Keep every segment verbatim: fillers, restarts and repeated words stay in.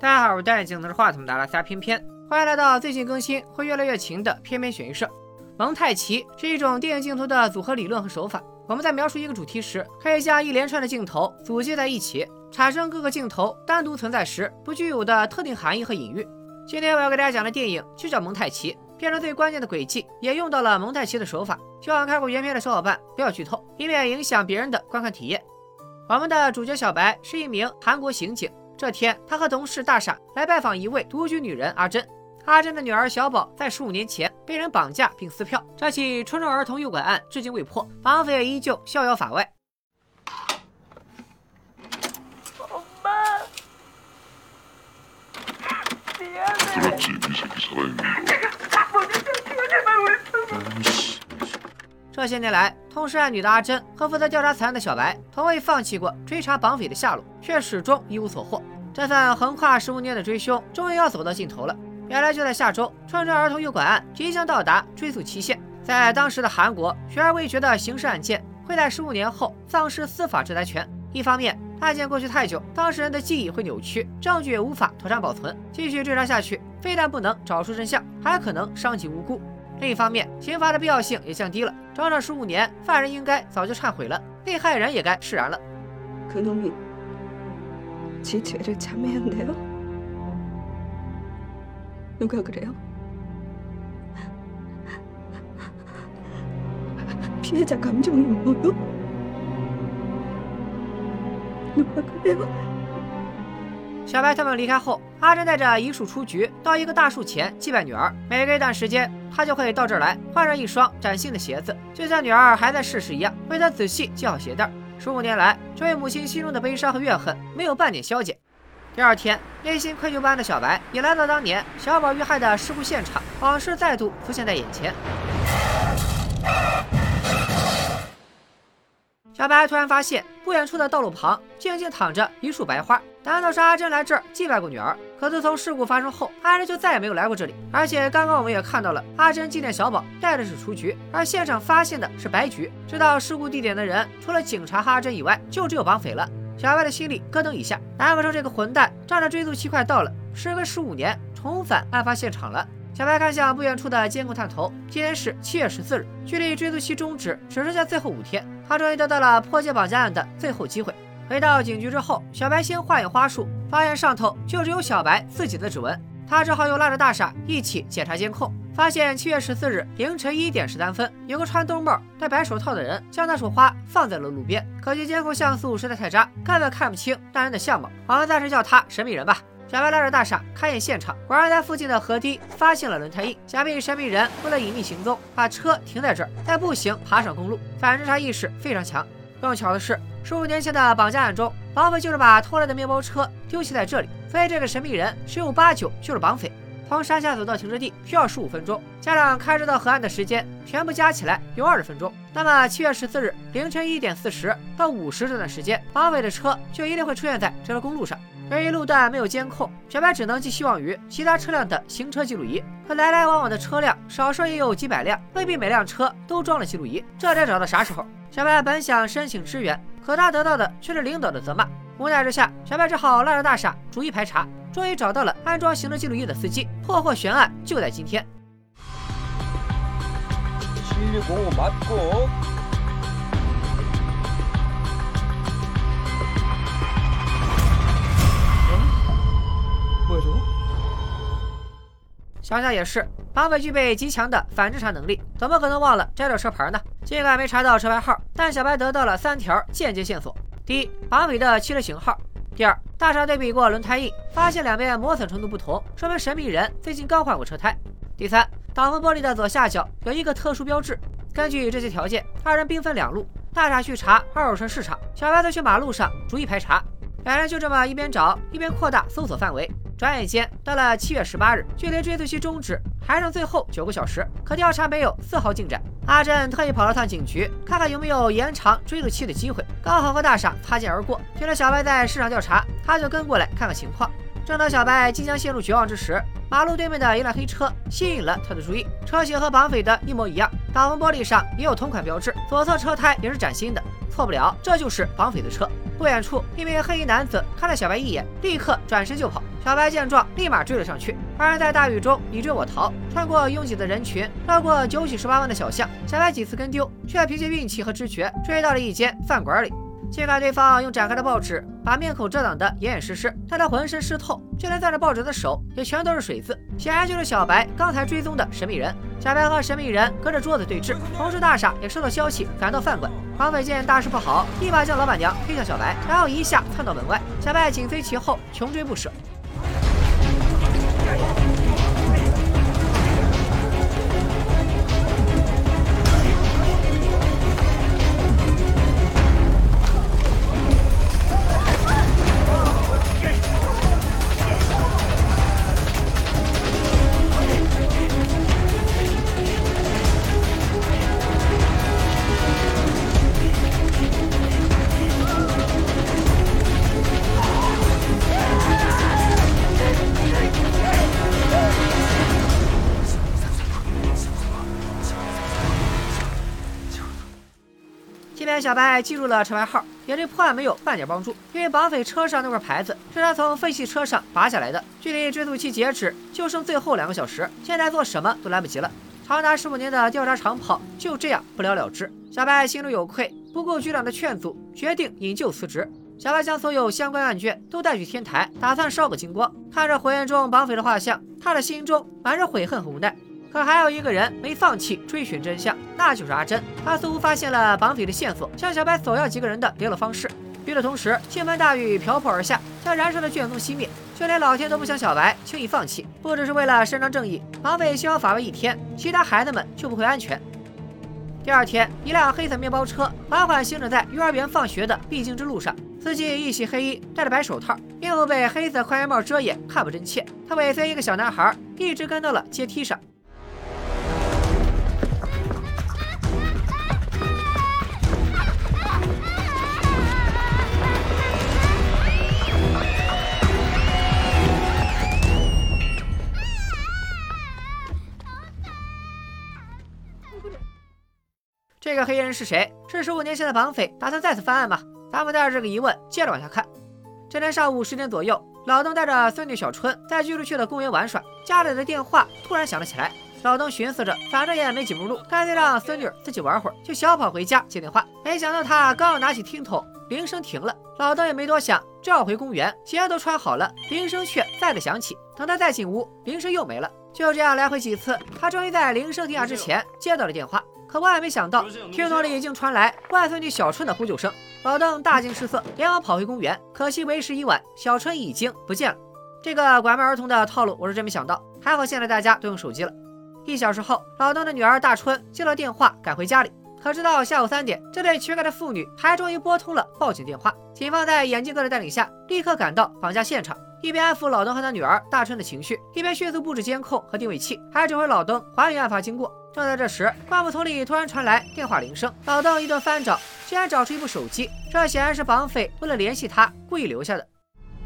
大家好，我是戴眼镜拿着话筒的阿拉斯加偏偏，欢迎来到最近更新会越来越勤的偏偏悬疑社。蒙太奇是一种电影镜头的组合理论和手法。我们在描述一个主题时，可以将一连串的镜头组接在一起，产生各个镜头单独存在时不具有的特定含义和隐喻。今天我要给大家讲的电影就叫蒙太奇，片中最关键的轨迹也用到了蒙太奇的手法。希望看过原片的小伙伴不要剧透，以免影响别人的观看体验。我们的主角小白是一名韩国刑警。这天，他和同事大傻来拜访一位独居女人阿珍。阿珍的女儿小宝在十五年前被人绑架并撕票，这起纯种儿童诱拐案至今未破，绑匪依旧逍遥法外。这些年来，同时案女的阿珍和负责调查此案的小白，从未放弃过追查绑匪的下落，却始终一无所获。这份横跨十五年的追凶，终于要走到尽头了。原来就在下周，纯种儿童诱拐案即将到达追诉期限。在当时的韩国，悬而未决的刑事案件会在十五年后丧失司法制裁权。一方面，案件过去太久，当事人的记忆会扭曲，证据也无法妥善保存，继续追查下去，非但不能找出真相，还可能伤及无辜。另一方面，刑罚的必要性也降低了，整整十五年，犯人应该早就忏悔了，被害人也该释然了。 그놈이 지 죄를 참회한대요? 누가 그래요? 피해자 감정이 뭐요? 누가 그래요? 小白他们离开后，阿珍带着一树出局，到一个大树前祭拜女儿。每隔一段时间，她就会到这儿来，换上一双崭新的鞋子，就像女儿还在世时一样，为她仔细系好鞋带。十五年来，这位母亲心中的悲伤和怨恨没有半点消减。第二天，内心愧疚般的小白也来到当年小宝遇害的事故现场，往事再度浮现在眼前。小白突然发现，不远处的道路旁静静躺着一束白花。难道是阿珍来这儿祭拜过女儿？可自从事故发生后，阿珍就再也没有来过这里。而且刚刚我们也看到了，阿珍纪念小宝带的是雏菊，而现场发现的是白菊。知道事故地点的人，除了警察和阿珍以外，就只有绑匪了。小白的心里咯噔一下，难不成这个混蛋仗着追诉期快到了，时隔十五年重返案发现场了？小白看向不远处的监控探头，今天是七月十四日，距离追诉期终止只剩下最后五天，他终于得到了破解绑架案的最后机会。回到警局之后，小白先化验花束，发现上头就只有小白自己的指纹，他只好又拉着大傻一起检查监控，发现七月十四日凌晨一点十三分，有个穿兜帽、戴白手套的人将那束花放在了路边。可惜监控像素实在太渣，根本看不清那人的相貌，我们暂时叫他神秘人吧。小白拉着大傻勘验现场，果然在附近的河堤发现了轮胎印，想必神秘人为了隐匿行踪，把车停在这儿，再步行爬上公路，反侦查意识非常强。更巧的是，十五年前的绑架案中，绑匪就是把偷来的面包车丢弃在这里，所以这个神秘人十有八九就是绑匪。从山下走到停车地需要十五分钟，加上开车到河岸的时间，全部加起来有二十分钟。那么七月十四日凌晨一点四十到五十这段时间，绑匪的车就一定会出现在这条公路上。由于路段没有监控，小白只能寄希望于其他车辆的行车记录仪。可来来往往的车辆少说也有几百辆，未必每辆车都装了记录仪，这得找到啥时候？小白本想申请支援，可他得到的却是领导的责骂。无奈之下，小白只好拉着大傻逐一排查，终于找到了安装行车记录仪的司机，破获悬案就在今天。 칠공오 맞고 뭐야 저거？ 想想也是，绑匪具备极强的反侦查能力，怎么可能忘了摘掉车牌呢？尽管没查到车牌号，但小白得到了三条间接线索：第一，绑匪的汽车型号；第二，大傻对比过轮胎印，发现两边磨损程度不同，说明神秘人最近刚换过车胎；第三，挡风玻璃的左下角有一个特殊标志。根据这些条件，二人兵分两路，大傻去查二手车市场，小白则去马路上逐一排查。两人就这么一边找一边扩大搜索范围。转眼间到了七月十八日，距离追诉期终止还剩最后九个小时，可调查没有丝毫进展。阿珍特意跑了趟警局，看看有没有延长追诉期的机会，刚好和大傻擦肩而过。听了小白在市场调查，他就跟过来看看情况。正当小白即将陷入绝望之时，马路对面的一辆黑车吸引了他的注意，车型和绑匪的一模一样，挡风玻璃上也有同款标志，左侧车胎也是崭新的，错不了，这就是绑匪的车。 不远处，一名黑衣男子看了小白一眼，立刻转身就跑。小白见状，立马追了上去。二人在大雨中你追我逃，穿过拥挤的人群，绕过九曲十八弯的小巷。小白几次跟丢，却凭借运气和直觉追到了一间饭馆里。尽管对方用展开的报纸把面孔遮挡得严严实实，但他浑身湿透，就连攥着报纸的手也全都是水渍，显然就是小白刚才追踪的神秘人。小白和神秘人隔着桌子对峙，同时大傻也收到消息赶到饭馆。绑匪见大事不好，一把将老板娘推向小白，然后一下窜到门外，小白紧随其后，穷追不舍。即便小白记住了车牌号，也对破案没有半点帮助，因为绑匪车上那块牌子是他从废弃车上拔下来的，距离追诉期截止就剩最后两个小时，现在做什么都来不及了。长达十五年的调查长跑就这样不了了之。小白心中有愧，不顾局长的劝阻，决定引咎辞职。小白将所有相关案卷都带去天台，打算烧个精光。看着火焰中绑匪的画像，他的心中满是悔恨和无奈。可还有一个人没放弃追寻真相，那就是阿珍。他似乎发现了绑匪的线索，向小白索要几个人的联络方式。与此同时，倾盆大雨瓢泼而下，将燃烧的卷宗熄灭。就连老天都不想小白轻易放弃，不只是为了伸张正义，绑匪逍遥法外一天，其他孩子们就不会安全。第二天，一辆黑色面包车缓缓行驶在幼儿园放学的必经之路上，司机一袭黑衣，戴着白手套，面部被黑色宽檐帽遮掩，看不真切。他尾随一个小男孩，一直跟到了阶梯上。这个黑衣人是谁？是十五年前的绑匪，打算再次犯案吗？咱们带着这个疑问接着往下看。这天上午十点左右，老邓带着孙女小春在居住区的公园玩耍，家里的电话突然响了起来。老邓寻思着，反正也没几步路，干脆让孙女自己玩会儿，就小跑回家接电话。没想到他刚要拿起听筒，铃声停了。老邓也没多想，正要回公园，鞋都穿好了，铃声却再次响起。等他再进屋，铃声又没了。就这样来回几次，他终于在铃声停下之前接到了电话。可万万没想到，听筒里已经传来万岁女小春的呼救声。老邓大惊失色，连忙跑回公园。可惜为时已晚，小春已经不见了。这个拐卖儿童的套路，我是真没想到。还好现在大家都用手机了。一小时后，老邓的女儿大春接到电话，赶回家里。可直到下午三点，这对缺钙的父女才终于拨通了报警电话。警方在眼镜哥的带领下，立刻赶到绑架现场，一边安抚老邓和他女儿大春的情绪，一边迅速布置监控和定位器，还指挥老邓还原案发经过。正在这时，灌木丛里突然传来电话铃声，老邓一顿翻找，居然找出一部手机，这显然是绑匪为了联系他故意留下的。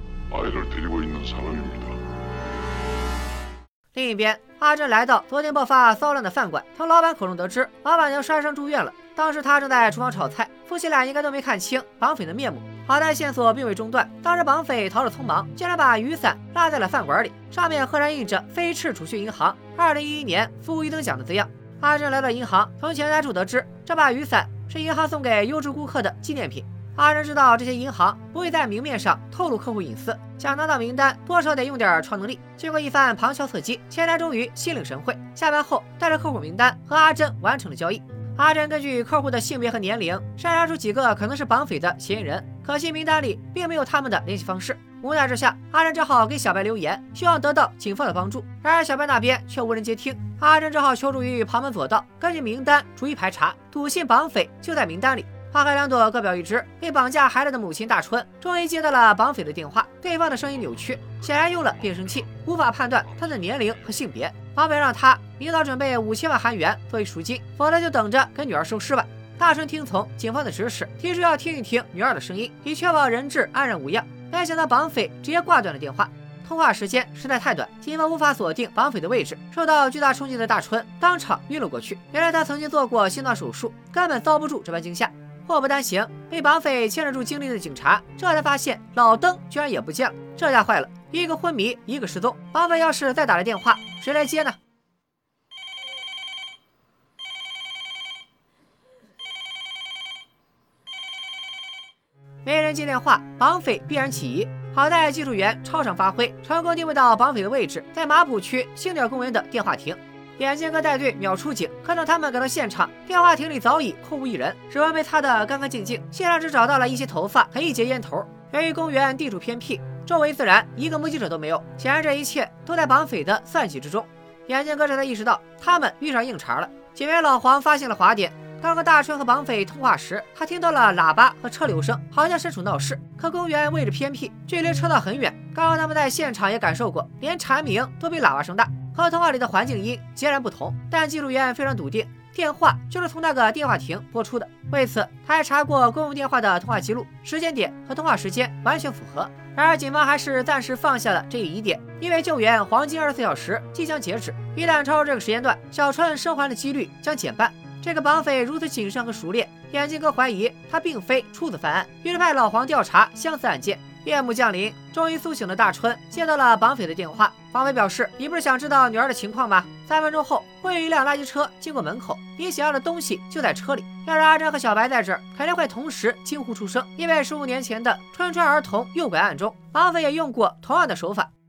另一边，阿珍来到昨天爆发骚乱的饭馆，从老板口中得知，老板娘摔伤住院了。当时他正在厨房炒菜，夫妻俩应该都没看清绑匪的面目。好在线索并未中断，当时绑匪逃得匆忙，竟然把雨伞落在了饭馆里，上面赫然印着飞驰储蓄银行二零一一年服务一等奖的字样。阿珍来到银行，从前台处得知，这把雨伞是银行送给优质顾客的纪念品。阿珍知道这些银行不会在明面上透露客户隐私，想拿到名单，多少得用点超能力。经过一番旁敲侧击，前台终于心领神会，下班后带着客户名单和阿珍完成了交易。阿珍根据客户的性别和年龄筛查出几个可能是绑匪的嫌疑人，可惜名单里并没有他们的联系方式。无奈之下，阿珍只好给小白留言，希望得到警方的帮助。然而小白那边却无人接听，阿珍只好求助于旁门左道，根据名单逐一排查，笃信绑匪就在名单里。花开两朵，各表一枝。被绑架孩子的母亲大春终于接到了绑匪的电话，对方的声音扭曲，显然用了变声器，无法判断他的年龄和性别。绑匪让他领导准备五千万韩元作为赎金，否则就等着跟女儿收尸吧。大春听从警方的指使，提出要听一听女儿的声音，以确保人质安然无恙。没想到绑匪直接挂断了电话。通话时间实在太短，警方无法锁定绑匪的位置。受到巨大冲击的大春当场晕了过去。原来他曾经做过心脏手术，根本遭不住这般惊吓。 祸不单行，被绑匪牵着住精力的警察这才发现老登居然也不见了，这下坏了，一个昏迷，一个失踪。绑匪要是再打来电话，谁来接呢？没人接电话，绑匪必然起疑。好在技术员超常发挥，成功定位到绑匪的位置，在马浦区星点公园的电话亭。眼镜哥带队秒出警，可等他们赶到现场，电话亭里早已空无一人，指纹被擦得干干净净，现场只找到了一些头发和一截烟头。由于公园地处偏僻，周围自然一个目击者都没有，显然这一切都在绑匪的算计之中。眼镜哥这才意识到他们遇上硬茬了。警员老黄发现了滑点，当和大春和绑匪通话时，他听到了喇叭和车流声，好像身处闹市。可公园位置偏僻，距离车道很远。刚刚他们在现场也感受过，连蝉鸣都比喇叭声大，和通话里的环境音截然不同。但记录员非常笃定，电话就是从那个电话亭拨出的。为此，他还查过公用电话的通话记录，时间点和通话时间完全符合。然而，警方还是暂时放下了这一疑点，因为救援黄金二十四小时即将截止，一旦超出这个时间段，小春生还的几率将减半。这个绑匪如此谨慎和熟练，眼镜哥怀疑他并非初次犯案，于是派老黄调查相似案件。夜幕降临，终于苏醒的大春接到了绑匪的电话。绑匪表示：“你不是想知道女儿的情况吗？三分钟后会有一辆垃圾车经过门口，你想要的东西就在车里。要是阿珍和小白在这儿，肯定会同时惊呼出声，因为十五年前的春川儿童诱拐案中，绑匪也用过同样的手法。”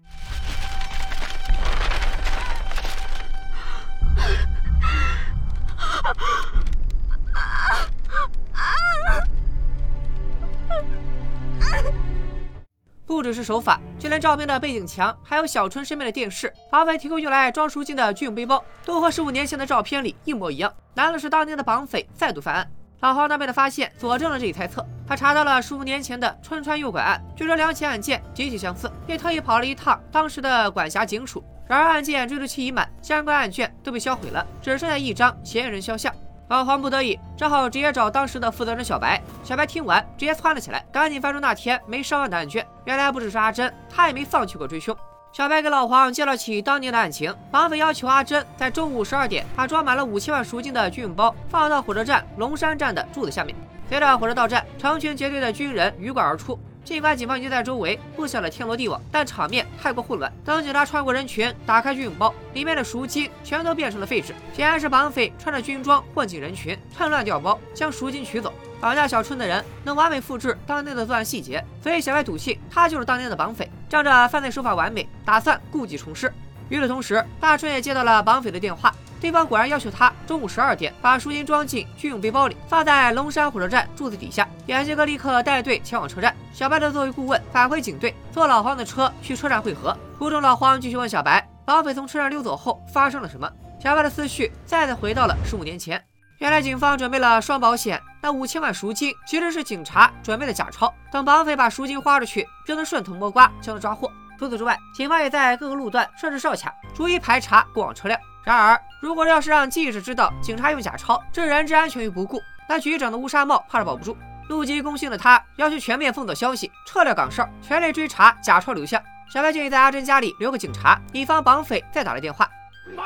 不只是手法，就连照片的背景墙，还有小春身边的电视，绑匪提供用来装赎金的军用背包，都和十五年前的照片里一模一样。难道是当年的绑匪再度犯案？老黄那边的发现佐证了这一猜测，他查到了十五年前的春川诱拐案，据说两起案件极其相似，便特意跑了一趟当时的管辖警署。然而案件追溯期已满，相关案卷都被销毁了，只剩下一张嫌疑人肖像。老黄不得已，只好直接找当时的负责人小白。小白听完，直接窜了起来，赶紧翻出那天没烧完的案卷。原来不只是阿珍，他也没放弃过追凶。小白给老黄介绍起当年的案情，绑匪要求阿珍在中午十二点把装满了五千万赎金的军用包放到火车站龙山站的柱子下面。随着火车到站，成群结队的军人鱼贯而出。尽管警方已经在周围布下了天罗地网，但场面太过混乱。当警察穿过人群，打开军用包，里面的赎金全都变成了废纸。显然是绑匪穿着军装混进人群，趁乱调包，将赎金取走。绑架小春的人能完美复制当年的作案细节，所以小白笃信他就是当年的绑匪，仗着犯罪手法完美，打算故技重施。与此同时，大春也接到了绑匪的电话。对方果然要求他中午十二点把赎金装进军用背包里，放在龙山火车站柱子底下。眼镜哥立刻带队前往车站，小白的作为顾问返回警队，坐老黄的车去车站汇合。途中，老黄继续问小白，绑匪从车站溜走后发生了什么。小白的思绪再次回到了十五年前。原来警方准备了双保险，那五千万赎金其实是警察准备的假钞，等绑匪把赎金花出去，就能顺藤摸瓜将他抓获。除此之外，警方也在各个路段设置哨卡，逐一排查过往车辆。然而，如果要是让记者知道警察用假钞置人之安全于不顾，那局长的乌纱帽怕是保不住。怒极攻心的他要求全面封锁消息，撤掉岗哨，全力追查假钞流向。小白建议在阿珍家里留个警察，以防绑匪再打来电话。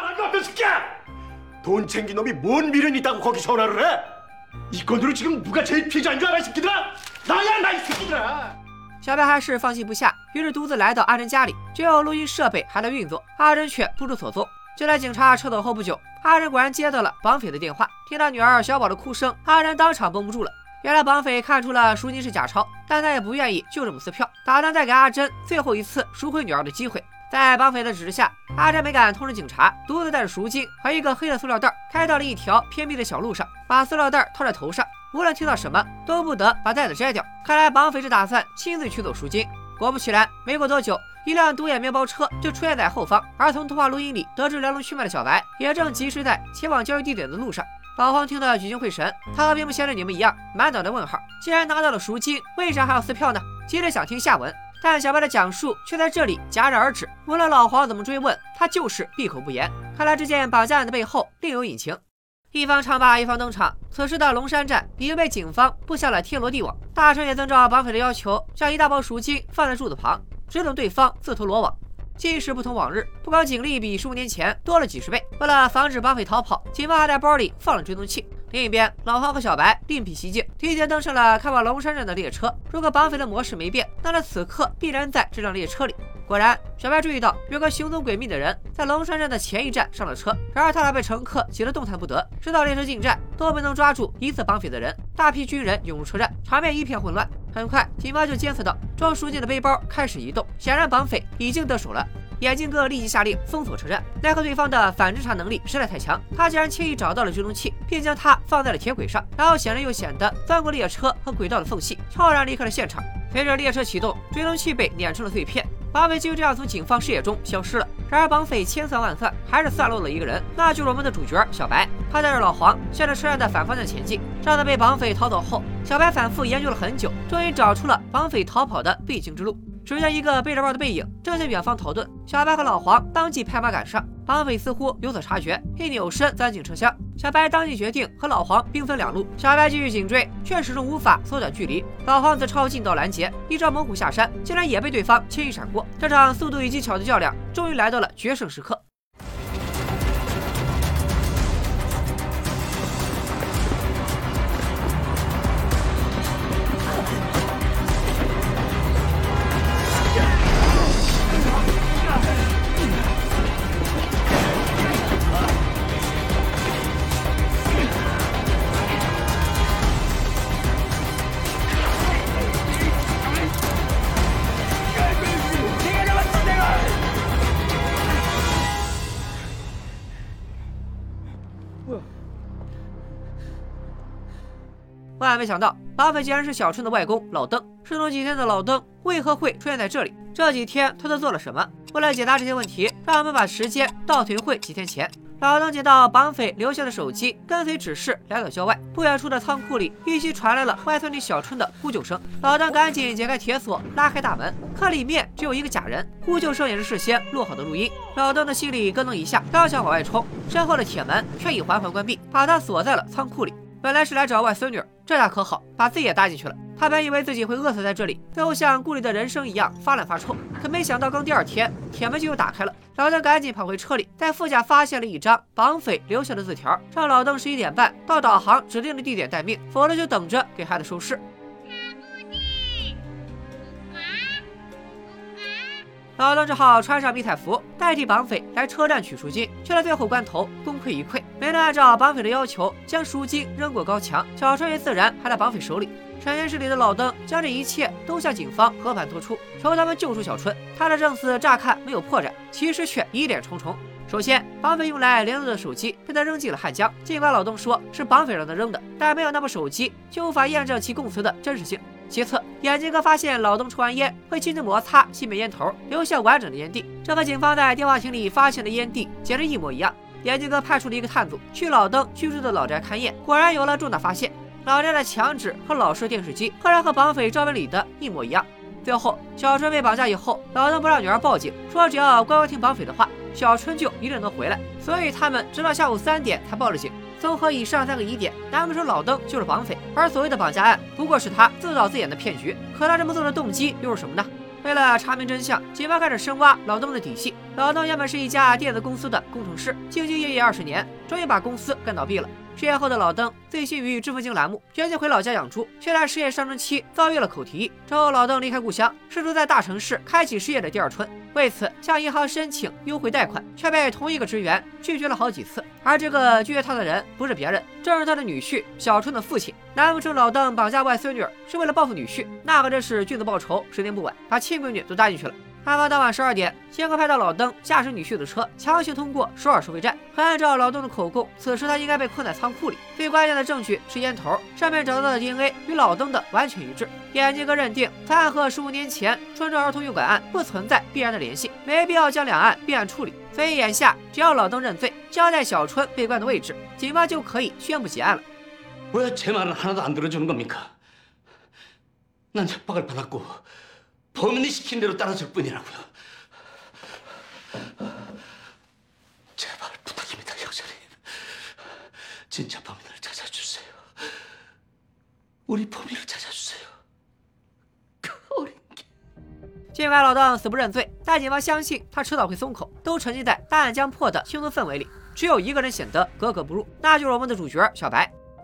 돈 챙긴 놈이 뭔 미련이 있다고 거기 전화를 해? 이 건으로 지금 누가 제일 피해자인 줄 알아, 이 새끼들아? 나야, 나 이 새끼들아! 小白还是放心不下，于是独自来到阿珍家里，只有录音设备还在运作，阿珍却不知所踪。就在警察撤走后不久，阿珍果然接到了绑匪的电话，听到女儿小宝的哭声，阿珍当场绷不住了。原来绑匪看出了赎金是假钞，但他也不愿意就这么撕票，打算再给阿珍最后一次赎回女儿的机会。在绑匪的指示下，阿珍没敢通知警察，独自带着赎金和一个黑的塑料袋，开到了一条偏僻的小路上，把塑料袋套在头上，无论听到什么都不得把袋子摘掉。看来绑匪是打算亲自取走赎金。果不其然，没过多久，一辆独眼面包车就出现在后方，而从通话录音里得知来龙去脉的小白，也正疾驶在前往交易地点的路上。老黄听得聚精会神，他和屏幕前的你们一样，满脑袋问号。既然拿到了赎金，为啥还要撕票呢？急着想听下文。但小白的讲述却在这里戛然而止，无论老黄怎么追问，他就是闭口不言。看来这件绑架案的背后另有隐情。一方唱罢一方登场，此时的龙山站已经被警方布下了天罗地网。大成也遵照绑匪的要求，将一大包赎金放在柱子旁，只等对方自投罗网。今时不同往日，不光警力比十五年前多了几十倍，为了防止绑匪逃跑，警方还在包里放了追踪器。 另一边，老黄和小白另辟蹊径，提前登上了开往龙山站的列车。如果绑匪的模式没变，那他此刻必然在这辆列车里。果然，小白注意到有个行踪诡秘的人在龙山站的前一站上了车，然而他俩被乘客挤得动弹不得，直到列车进站都没能抓住疑似绑匪的人。大批军人涌入车站，场面一片混乱。很快，警方就监测到装书信的背包开始移动，显然绑匪已经得手了。眼镜哥立即下令封锁车站，奈何对方的反侦查能力实在太强，他竟然轻易找到了追踪器，并将它放在了铁轨上，然后显然又显得钻过列车和轨道的缝隙，悄然离开了现场。随着列车启动，追踪器被碾成了碎片，绑匪就这样从警方视野中消失了。然而绑匪千算万算，还是算漏了一个人，那就是我们的主角小白。他带着老黄向着车站的反方向前进。让他被绑匪逃走后，小白反复研究了很久，终于找出了绑匪逃跑的必经之路。只见一个背着包的背影正向远方逃遁，小白和老黄当即拍马赶上，绑匪似乎有所察觉，一扭身钻进车厢。小白当即决定和老黄兵分两路，小白继续紧追，却始终无法缩短距离。老黄则抄近道拦截，一招猛虎下山，竟然也被对方轻易闪过。这场速度与技巧的较量，终于来到了决胜时刻。万万没想到，绑匪竟然是小春的外公老邓。失踪几天的老邓为何会出现在这里？这几天他都做了什么？为了解答这些问题，让我们把时间倒退回几天前。老邓捡到绑匪留下的手机，跟随指示来到郊外。不远处的仓库里，依稀传来了外孙女小春的呼救声。老邓赶紧解开铁锁，拉开大门，可里面只有一个假人。呼救声也是事先录好的录音。老邓的心里咯噔一下，刚想往外冲，身后的铁门却已缓缓关闭，把他锁在了仓库里。本来是来找外孙女，这下可好，把自己也搭进去了。他本以为自己会饿死在这里，最后像顾里的人生一样发烂发臭，可没想到刚第二天，铁门就又打开了。老邓赶紧跑回车里，在副驾发现了一张绑匪留下的字条，让老邓十一点半到导航指定的地点待命，否则就等着给孩子收尸。老邓只好穿上迷彩服，代替绑匪来车站取赎金，却在最后关头功亏一篑，没能按照绑匪的要求将赎金扔过高墙，小春也自然还在绑匪手里。审讯室里的老邓将这一切都向警方和盘托出，求他们救出小春。他的证词乍看没有破绽，其实却疑点重重。首先，绑匪用来联络的手机被他扔进了汉江，尽管老邓说是绑匪让他扔的，但没有那部手机就无法验证其供词的真实性。其次，眼镜哥发现老邓抽完烟会轻轻摩擦熄灭烟头，留下完整的烟蒂，这和警方在电话亭里发现的烟蒂简直一模一样。眼镜哥派出了一个探组去老邓居住的老宅勘验，果然有了重大发现。老宅的墙纸和老式电视机，赫然和绑匪照片里的一模一样。最后，小春被绑架以后，老邓不让女儿报警，说只要乖乖听绑匪的话，小春就一定能回来。所以他们直到下午三点才报了警。综合以上三个疑点，难不成老邓就是绑匪，而所谓的绑架案不过是他自导自演的骗局？可他这么做的动机又是什么呢？为了查明真相，警方开始深挖老邓的底细。老邓原本是一家电子公司的工程师，兢兢业业二十年，终于把公司干倒闭了。失业后的老邓醉心于致富经栏目，决定回老家养猪，却在事业上升期遭遇了口蹄疫。之后，老邓离开故乡，试图在大城市开启事业的第二春。为此，向银行申请优惠贷款，却被同一个职员拒绝了好几次。而这个拒绝他的人不是别人，正是他的女婿小春的父亲。难不成老邓绑架外孙女是为了报复女婿？那可真是君子报仇，十年不晚，把亲闺女都搭进去了。案发当晚十二点，先后拍到老邓驾驶女婿的车强行通过首尔收费站。可按照老邓的口供，此时他应该被困在仓库里。最关键的证据是烟头，上面找到的 D N A 与老邓的完全一致。眼镜哥认定此案和十五年前春州儿童诱拐案不存在必然的联系，没必要将两案并案处理。所以眼下只要老邓认罪，交代小春被关的位置，警方就可以宣布结案了。 왜 제 말은 하나도 안 들어주는 겁니까? 난 협박을 받았고 범인이 시킨 대로 따라줄 뿐이라고요. 제발 부탁입니다, 형사님. 진짜 범인을 찾아주세요. 우리 범인을 찾아주세요. 그 어린 게. 尽管老邓死不认罪，但警方相信他迟早会松口。都沉浸在大案将破的轻松氛围里，只有一个人显得格格不入，那就是我们的主角小白。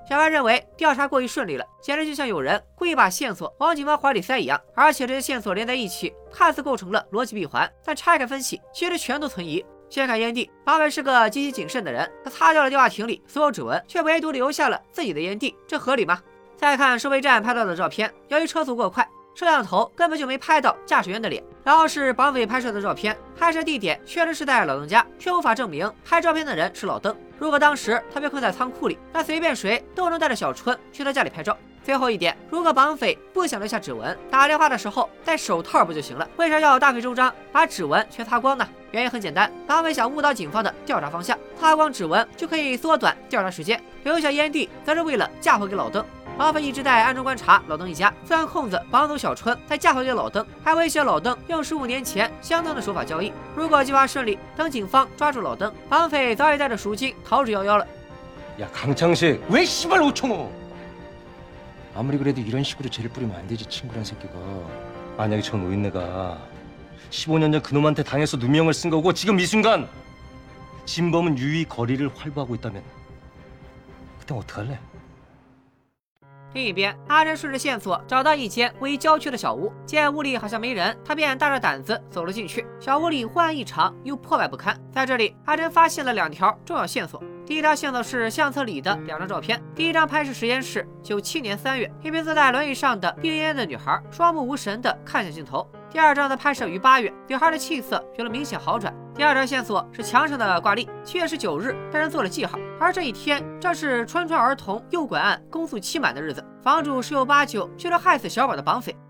小白认为调查过于顺利了，简直就像有人故意把线索往警方怀里塞一样，而且这些线索连在一起，看似构成了逻辑闭环，但拆开分析，其实全都存疑。先看烟蒂，绑匪是个极其谨慎的人，他擦掉了电话亭里所有指纹，却唯独留下了自己的烟蒂，这合理吗？再看收费站拍到的照片，由于车速过快，摄像头根本就没拍到驾驶员的脸。然后是绑匪拍摄的照片，拍摄地点确实是在老邓家，却无法证明拍照片的人是老邓。如果当时他被困在仓库里，那随便谁都能带着小春去他家里拍照。最后一点，如果绑匪不想留下指纹，打电话的时候戴手套不就行了？为啥要大费周章把指纹全擦光呢？原因很简单，绑匪想误导警方的调查方向，擦光指纹就可以缩短调查时间，留下烟蒂则是为了嫁祸给老邓。绑匪一直在暗中观察老邓一家，钻空子绑走小春，再嫁祸给老邓，还威胁老邓用十五年前相同的手法交易。如果计划顺利，等警方抓住老邓，绑匪早已带着赎金逃之夭夭了。 야 강창식 왜 씨발 오천호 아무리 그래도 이런 식으로 죄를 뿌리면 안 되지 친구란 새끼가 만약에 저 노인네가 십오 년 전 그놈한테 당해서 누명을 쓴 거고 지금 이 순간 진범은 유의 거리를 활보하고 있다면 그땐 어떡할래? 另一边，阿珍顺着线索找到一间位于郊区的小屋，见屋里好像没人，他便大着胆子走了进去。小屋里昏暗异常，又破败不堪。在这里，阿珍发现了两条重要线索。第一条线索是相册里的两张照片，第一张拍摄时间是九七年三月，一名坐在轮椅上的病恹恹的女孩，双目无神地看向镜头。第二张则拍摄于八月，女孩的气色有了明显好转。第二条线索是墙上的挂历，七月十九日被人做了记号，而这一天正是川川儿童诱拐案公诉期满的日子，房主十有八九就是害死小宝的绑匪。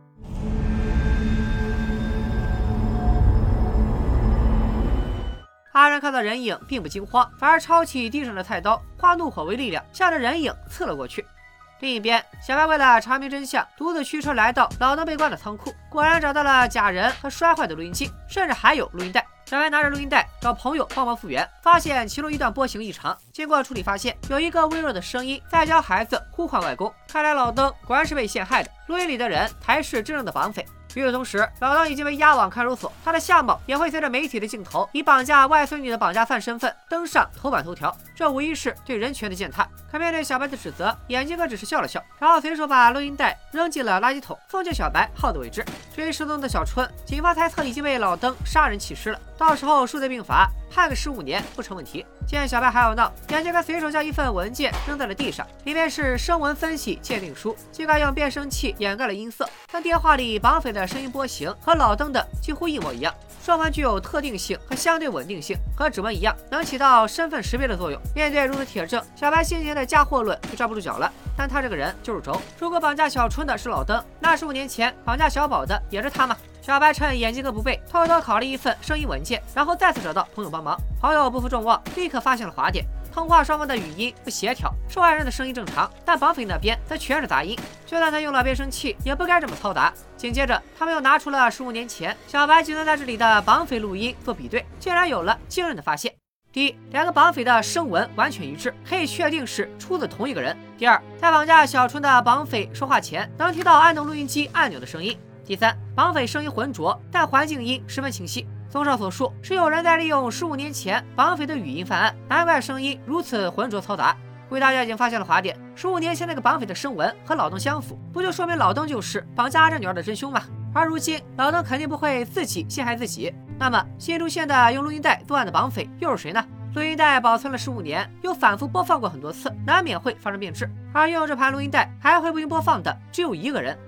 阿仁看到人影，并不惊慌，反而抄起地上的菜刀，化怒火为力量，向着人影刺了过去。另一边，小白为了查明真相，独自驱车来到老邓被关的仓库，果然找到了假人和摔坏的录音机，甚至还有录音带。小白拿着录音带找朋友帮忙复原，发现其中一段波形异常。经过处理，发现有一个微弱的声音在教孩子呼唤外公。看来老邓果然是被陷害的，录音里的人才是真正的绑匪。 与此同时，老邓已经被押往看守所，他的相貌也会随着媒体的镜头，以绑架外孙女的绑架犯身份登上头版头条。这无疑是对人权的践踏。可面对小白的指责，眼睛哥只是笑了笑，然后随手把录音带扔进了垃圾桶，奉劝小白好自为之。至于失踪的小春，警方猜测已经被老邓杀人弃尸了，到时候数罪并罚，判个十五年不成问题。见小白还要闹，眼镜哥随手将一份文件扔在了地上，里面是声纹分析鉴定书。尽管用变声器掩盖了音色，但电话里绑匪的 声音波形和老邓的几乎一模一样，双方具有特定性和相对稳定性，和指纹一样，能起到身份识别的作用。面对如此铁证，小白先前的嫁祸论就站不住脚了。但他这个人就是轴，如果绑架小春的是老邓，那十五年前绑架小宝的也是他吗？小白趁眼镜哥不备，偷偷拷了一份声音文件，然后再次找到朋友帮忙。朋友不负众望，立刻发现了滑点。 通话双方的语音不协调，受害人的声音正常，但绑匪那边则全是杂音。就算他用了变声器，也不该这么嘈杂。紧接着，他们又拿出了十五年前小白就能在这里的绑匪录音做比对，竟然有了惊人的发现。第一，两个绑匪的声纹完全一致，可以确定是出自同一个人。第二，在绑架小春的绑匪说话前，能听到按动录音机按钮的声音。第三，绑匪声音浑浊，但环境音十分清晰。 综上所述，是有人在利用十五年前绑匪的语音犯案，难怪声音如此浑浊嘈杂。估计大家已经发现了滑点，十五年前那个绑匪的声纹和老邓相符，不就说明老邓就是绑架阿珍女儿的真凶吗？而如今老邓肯定不会自己陷害自己，那么新出现的用录音带作案的绑匪又是谁呢？录音带保存了十五年，又反复播放过很多次，难免会发生变质。而拥有这盘录音带还会不停播放的只有一个人。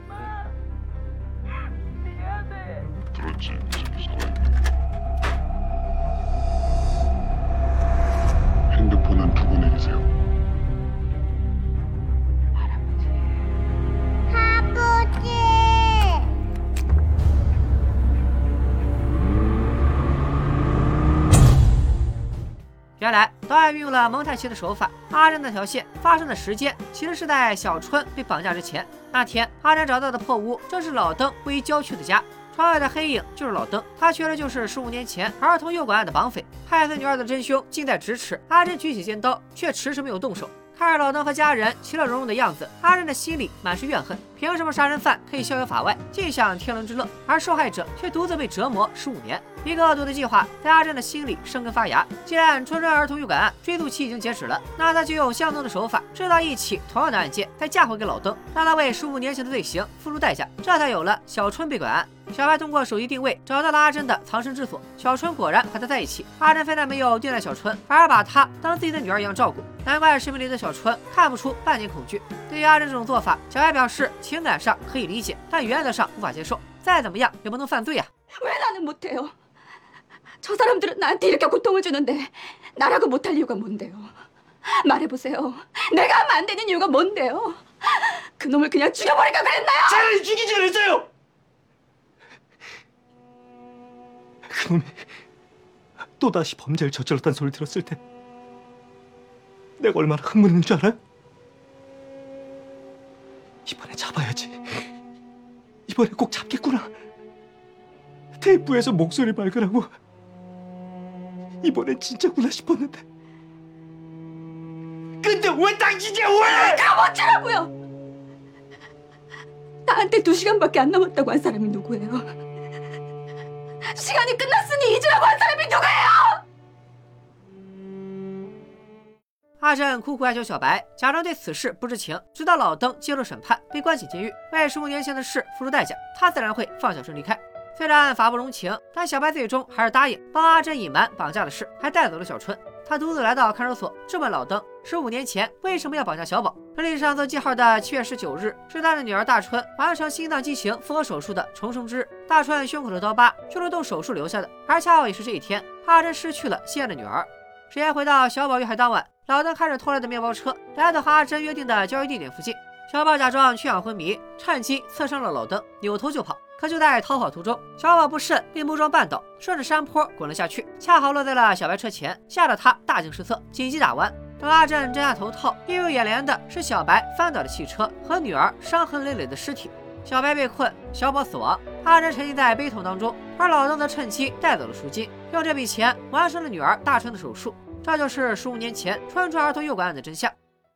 핸드폰은 두고 내리세요. 아버지. 原来导演运用了蒙太奇的手法，阿珍那条线发生的时间其实是在小春被绑架之前。那天，阿珍找到的破屋正是老邓位于郊区的家。 窗外的黑影就是老邓，他确实就是十五年前儿童诱拐案的绑匪，害死女儿的真凶近在咫尺。阿珍举起尖刀，却迟迟没有动手。 看着老登和家人其乐融融的样子，阿珍的心里满是怨恨。凭什么杀人犯可以逍遥法外，尽享天伦之乐，而受害者却独自被折磨十五年？一个恶毒的计划在阿珍的心里生根发芽。既然春春儿童诱拐案追诉期已经截止了，那他就用相同的手法制造一起同样的案件，再嫁祸给老登，让他为十五年前的罪行付出代价，这才有了小春被拐案。小白通过手机定位找到了阿珍的藏身之所，小春果然和他在一起。阿珍非但没有虐待小春，反而把她当自己的女儿一样照顾，难怪视频里的小春看不出半点恐惧。对于阿珍这种做法，小白表示情感上可以理解，但原则上无法接受。再怎么样也不能犯罪啊！ 왜 나는 못해요? 저 사람들은 나한테 이렇게 고통을 주는데 나라고 못할 이유가 뭔데요? 말해보세요. 내가 하면 안 되는 이유가 뭔데요? 그놈을 그냥 죽여버릴까 그랬나요? 차라리 죽이지 그랬어요. 그놈이 또다시 범죄를 저질렀다는 소리를 들었을 때 내가 얼마나 흥분했는 줄 알아요? 이번에 잡아야지. 이번에 꼭 잡겠구나. 테이프에서 목소리 밝으라고. 이번엔 진짜구나 싶었는데. 근데 왜 당신이 왜? 그럼 어쩌라고요? 나한테 두 시간밖에 안 남았다고 한 사람이 누구예요? 시간이 끝났으니 잊으라고 한 사람이 누구예요? 阿珍苦苦哀求小白，假装对此事不知情，直到老登接受审判，被关进监狱，为十五年前的事付出代价，他自然会放小春离开。虽然法不容情，但小白最终还是答应帮阿珍隐瞒绑架的事，还带走了小春。他独自来到看守所，质问老登十五年前为什么要绑架小宝。日历上做记号的七月十九日是他的女儿大春完成心脏畸形复合手术的重生之日。大春胸口的刀疤就是动手术留下的，而恰好也是这一天，阿珍失去了心爱的女儿。时间回到小宝遇害当晚，老登开着偷来的面包车来到和阿珍约定的交易地点附近。小宝假装缺氧昏迷，趁机刺伤了老登，扭头就跑。可就在逃跑途中，小宝不慎被木桩绊倒，顺着山坡滚了下去，恰好落在了小白车前，吓得他大惊失色，紧急打弯。等阿珍摘下头套，映入眼帘的是小白翻倒的汽车和女儿伤痕累累的尸体。小白被困，小宝死亡，阿珍沉浸在悲痛当中，而老登则趁机带走了赎金，用这笔钱完成了女儿大春的手术。这就是十五年前春春儿童诱拐案的真相。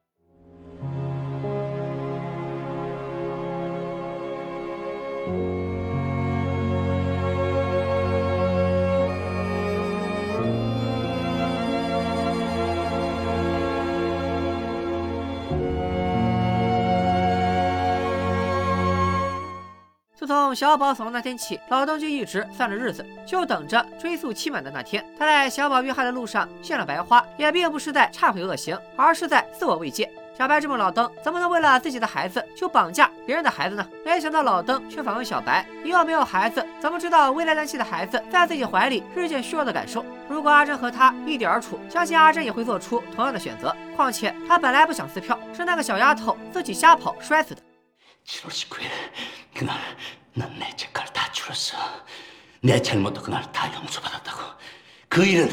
自从小宝死亡那天起，老登就一直算着日子，就等着追溯期满的那天。他在小宝遇害的路上献了白花，也并不是在忏悔恶行，而是在自我慰藉。小白质问老登，怎么能为了自己的孩子就绑架别人的孩子呢？没想到老登却反问小白，你又没有孩子，怎么知道危来旦夕的孩子在自己怀里日渐虚弱的感受？如果阿珍和他一点而处，相信阿珍也会做出同样的选择。况且他本来不想撕票，是那个小丫头自己瞎跑摔死的。 칠월 십구일 그날 난 내 죄가를 다 치렀어. 내 잘못도 그날 다 용서받았다고. 그 일은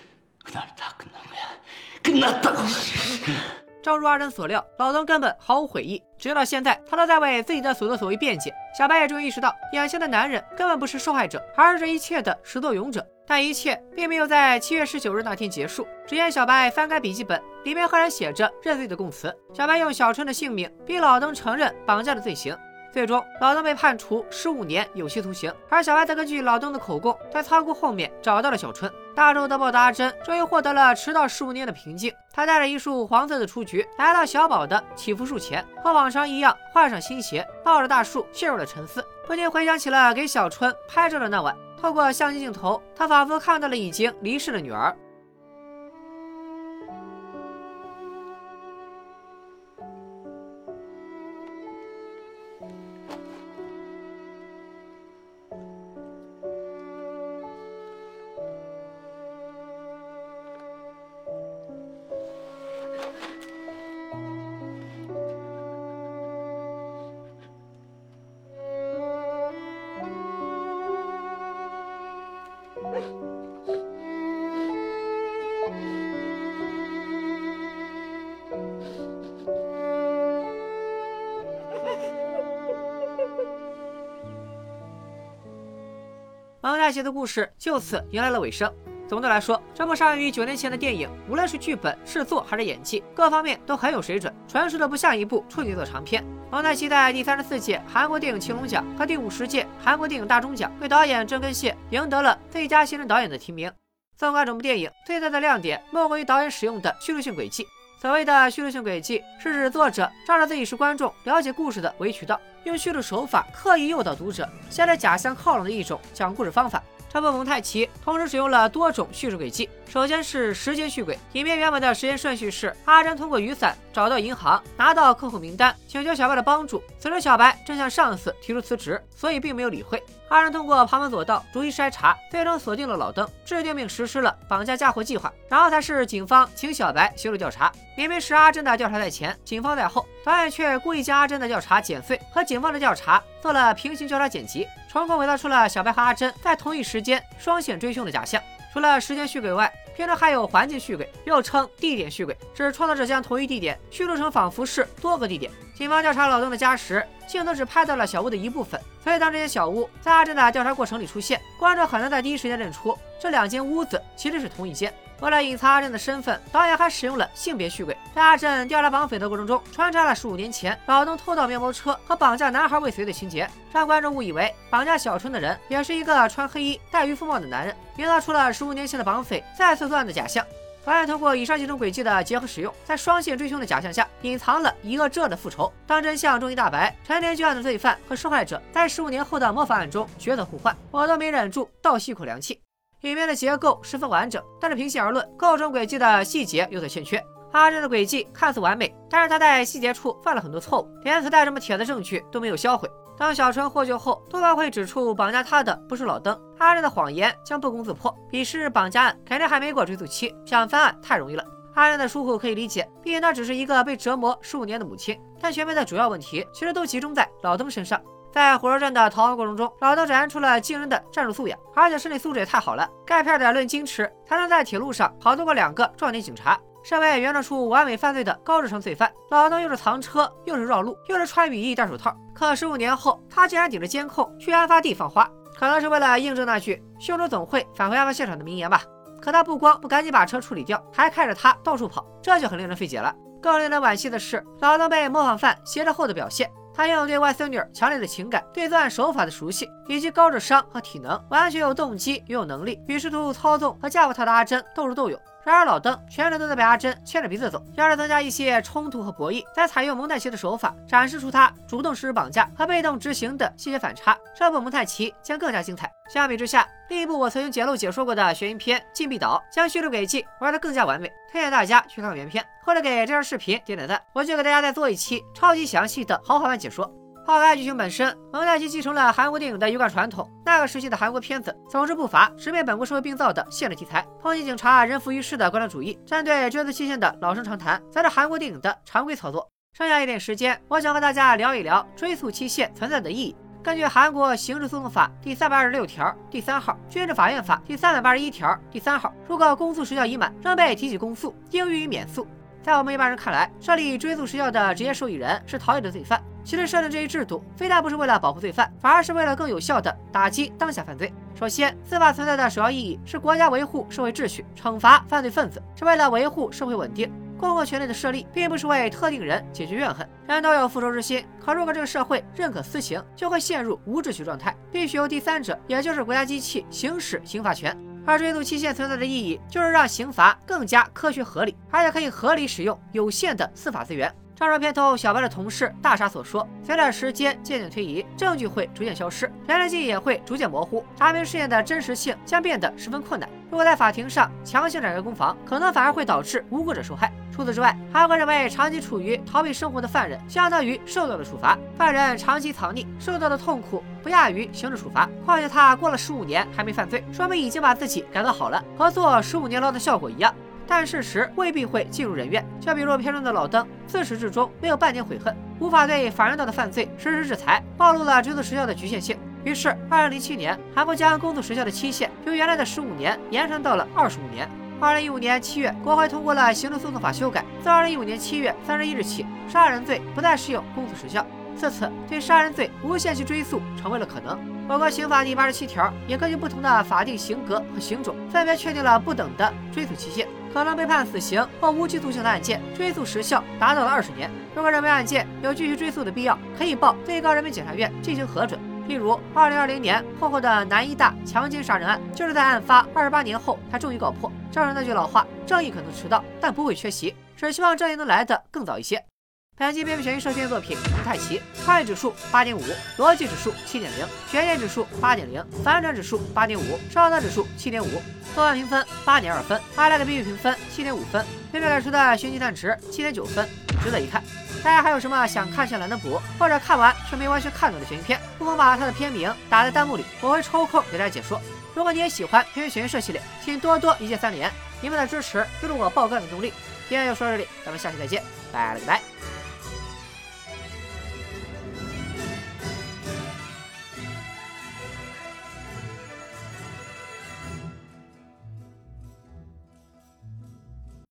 그날 다 끝난 거야. 끝났다고. 正如阿珍所料，老登根本毫无悔意，直到现在，他都在为自己的所作所为辩解。小白也终于意识到，眼前的男人根本不是受害者，而是这一切的始作俑者。但一切并没有在七月十九日那天结束。只见小白翻开笔记本，里面赫然写着认罪的供词。小白用小春的性命逼老登承认绑架的罪行。最终，老登被判处十五年有期徒刑，而小白则根据老登的口供，在仓库后面找到了小春。大周德报的阿珍终于获得了迟到十五年的平静。他带着一束黄色的雏菊来到小宝的祈福树前，和往常一样换上新鞋，抱着大树陷入了沉思，不禁回想起了给小春拍照的那晚。透过相机镜头，他仿佛看到了已经离世的女儿。蒙太奇的故事就此迎来了尾声。 总的来说，这部上映于九年前的电影，无论是剧本、制作还是演技，各方面都很有水准，纯属的不像一部处女座长片。蒙太奇在第三十四届韩国电影青龙奖和第五十届韩国电影大钟奖为导演郑根谢赢得了最佳新人导演的提名。纵观整部电影，最大的亮点莫过于导演使用的叙述性轨迹。所谓的叙述性轨迹，是指作者照着自己是观众了解故事的唯一渠道，用叙述手法刻意诱导读者向着假象靠拢的一种讲故事方法。这部蒙太奇同时使用了多种叙述轨迹。首先是时间序轨，影片原本的时间顺序是阿珍通过雨伞找到银行，拿到客户名单，请求小白的帮助。此时小白正向上司提出辞职，所以并没有理会。阿珍通过旁门左道逐一筛查，最终锁定了老登，制定并实施了绑架嫁祸计划。然后才是警方请小白协助调查。明明是阿珍的调查在前，警方在后，导演却故意将阿珍的调查剪碎，和警方的调查做了平行交叉剪辑，成功伪造出了小白和阿珍在同一时间双线追凶的假象。除了时间序轨外，片中还有环境序轨，又称地点序轨，指创作者将同一地点叙述成仿佛是多个地点。警方调查老邓的家时，镜头只拍到了小屋的一部分，所以当这些小屋在阿珍的调查过程里出现，观众很难在第一时间认出这两间屋子其实是同一间。为了隐藏阿珍的身份，导演还使用了性别序轨，在阿珍调查绑匪的过程中穿插了十五年前老邓偷盗面包车和绑架男孩未遂的情节，让观众误以为绑架小春的人也是一个穿黑衣戴渔夫帽的男人，营造出了十五年前的绑匪再次作案的假象。导演通过以上几种轨迹的结合使用，在双线追凶的假象下隐藏了一恶这的复仇。当真相终于大白，陈年旧案的罪犯和受害者在十五年后的模仿案中角色互换，我都没忍住倒吸一口凉气。影片的结构十分完整，但是平心而论，构成轨迹的细节有所欠缺。阿珍的轨迹看似完美，但是他在细节处犯了很多错误，连磁带这么铁的证据都没有销毁。当小春获救后，多半会指出绑架他的不是老登，阿珍的谎言将不攻自破，彼时绑架案肯定还没过追诉期，想翻案太容易了。阿珍的疏忽可以理解，毕竟她只是一个被折磨十五年的母亲，但全片的主要问题其实都集中在老登身上。在火车站的逃亡过程中，老邓展现出了惊人的战术素养，而且身体素质也太好了。该片得论矜持，才能在铁路上跑得过两个壮年警察。身为原创出完美犯罪的高智商罪犯，老邓又是藏车，又是绕路，又是穿雨衣戴手套。可十五年后，他竟然顶着监控去案发地放花，可能是为了印证那句“凶手总会返回案发现场”的名言吧。可他不光不赶紧把车处理掉，还开着它到处跑，这就很令人费解了。更令人惋惜的是，老邓被模仿犯挟持后的表现。他拥有对外孙女强烈的情感，对作案手法的熟悉，以及高智商和体能，完全有动机，也有能力与试图操纵和驾驭他的阿珍斗智斗勇。然而老邓全程都在被阿珍牵着鼻子走，要是增加一些冲突和博弈，再采用蒙太奇的手法展示出他主动实施绑架和被动执行的细节反差，这部蒙太奇将更加精彩。相比之下，另一部我曾经简陋解说过的悬疑片《禁闭岛》将叙述轨迹玩得更加完美，推荐大家去看原片，或者给这条视频点点赞，我就给大家再做一期超级详细的豪华版解说。抛开剧情本身，蒙太奇继承了韩国电影的一贯传统。那个时期的韩国片子总是不乏直面本国社会病灶的现实题材，抨击警察人浮于事的官僚主义，针对追诉期限的老生常谈，才是韩国电影的常规操作。剩下一点时间，我想和大家聊一聊追诉期限存在的意义。根据韩国刑事诉讼法第三百二十六条第三号、军事法院法第三百八十一条第三号，如果公诉时效已满，仍被提起公诉，应予以免诉。在我们一般人看来，设立追诉时效的直接受益人是逃逸的罪犯。其实设定这一制度，非但不是为了保护罪犯，反而是为了更有效地打击当下犯罪。首先，司法存在的首要意义是国家维护社会秩序，惩罚犯罪分子，是为了维护社会稳定。公共权力的设立，并不是为特定人解决怨恨，人都有复仇之心。可如果这个社会认可私刑，就会陷入无秩序状态，必须由第三者，也就是国家机器行使刑罚权。而追诉期限存在的意义，就是让刑罚更加科学合理，而且可以合理使用有限的司法资源。正如片头小白的同事大傻所说，随着时间渐渐推移，证据会逐渐消失，人的记忆也会逐渐模糊，查明事件的真实性将变得十分困难。如果在法庭上强行展开攻防，可能反而会导致无辜者受害。除此之外，还会认为长期处于逃避生活的犯人相当于受到了处罚，犯人长期藏匿，受到的痛苦不亚于刑事处罚。况且他过了十五年还没犯罪，说明已经把自己改造好了，和坐十五年牢的效果一样。但事实未必会进入人院，就比如片中的老登，自始至终没有半点悔恨，无法对法院道的犯罪实施制裁，暴露了追诉时效的局限性。于是，二零零七年，韩国将公诉时效的期限由原来的十五年延长到了二十五年。二零一五年七月，国会通过了刑事诉讼法修改，自二零一五年七月三十一日起，杀人罪不再适用公诉时效。自此，对杀人罪无限期追诉成为了可能。 我国刑法第八十七条也根据不同的法定刑格和刑种，分别确定了不等的追诉期限。可能被判死刑或无期徒刑的案件，追诉时效达到了二十年。如果认为案件有继续追诉的必要，可以报最高人民检察院进行核准。例如，二零二零年破获的南医大强奸杀人案，就是在案发二十八年后才终于告破。正是那句老话，正义可能迟到，但不会缺席，只希望正义能来得更早一些。本期编剧悬疑社宣作品《蒙太奇》，创意指数八点五，逻辑指数七点零，悬念指数八点零，反转指数八点五，上当指数七点五，豆瓣评分八点二分，阿莱的 B B 评分七点五分，编剧给出的悬疑蛋值七点九分，值得一看。大家还有什么想看下懒得补，或者看完却没完全看懂的悬疑片，不妨把它的片名打在弹幕里，我会抽空给大家解说。如果你也喜欢悬疑悬疑社系列，请多多一键三连，你们的支持就是我爆肝的动力。今天就说到这里，咱们下期再见，拜了个拜。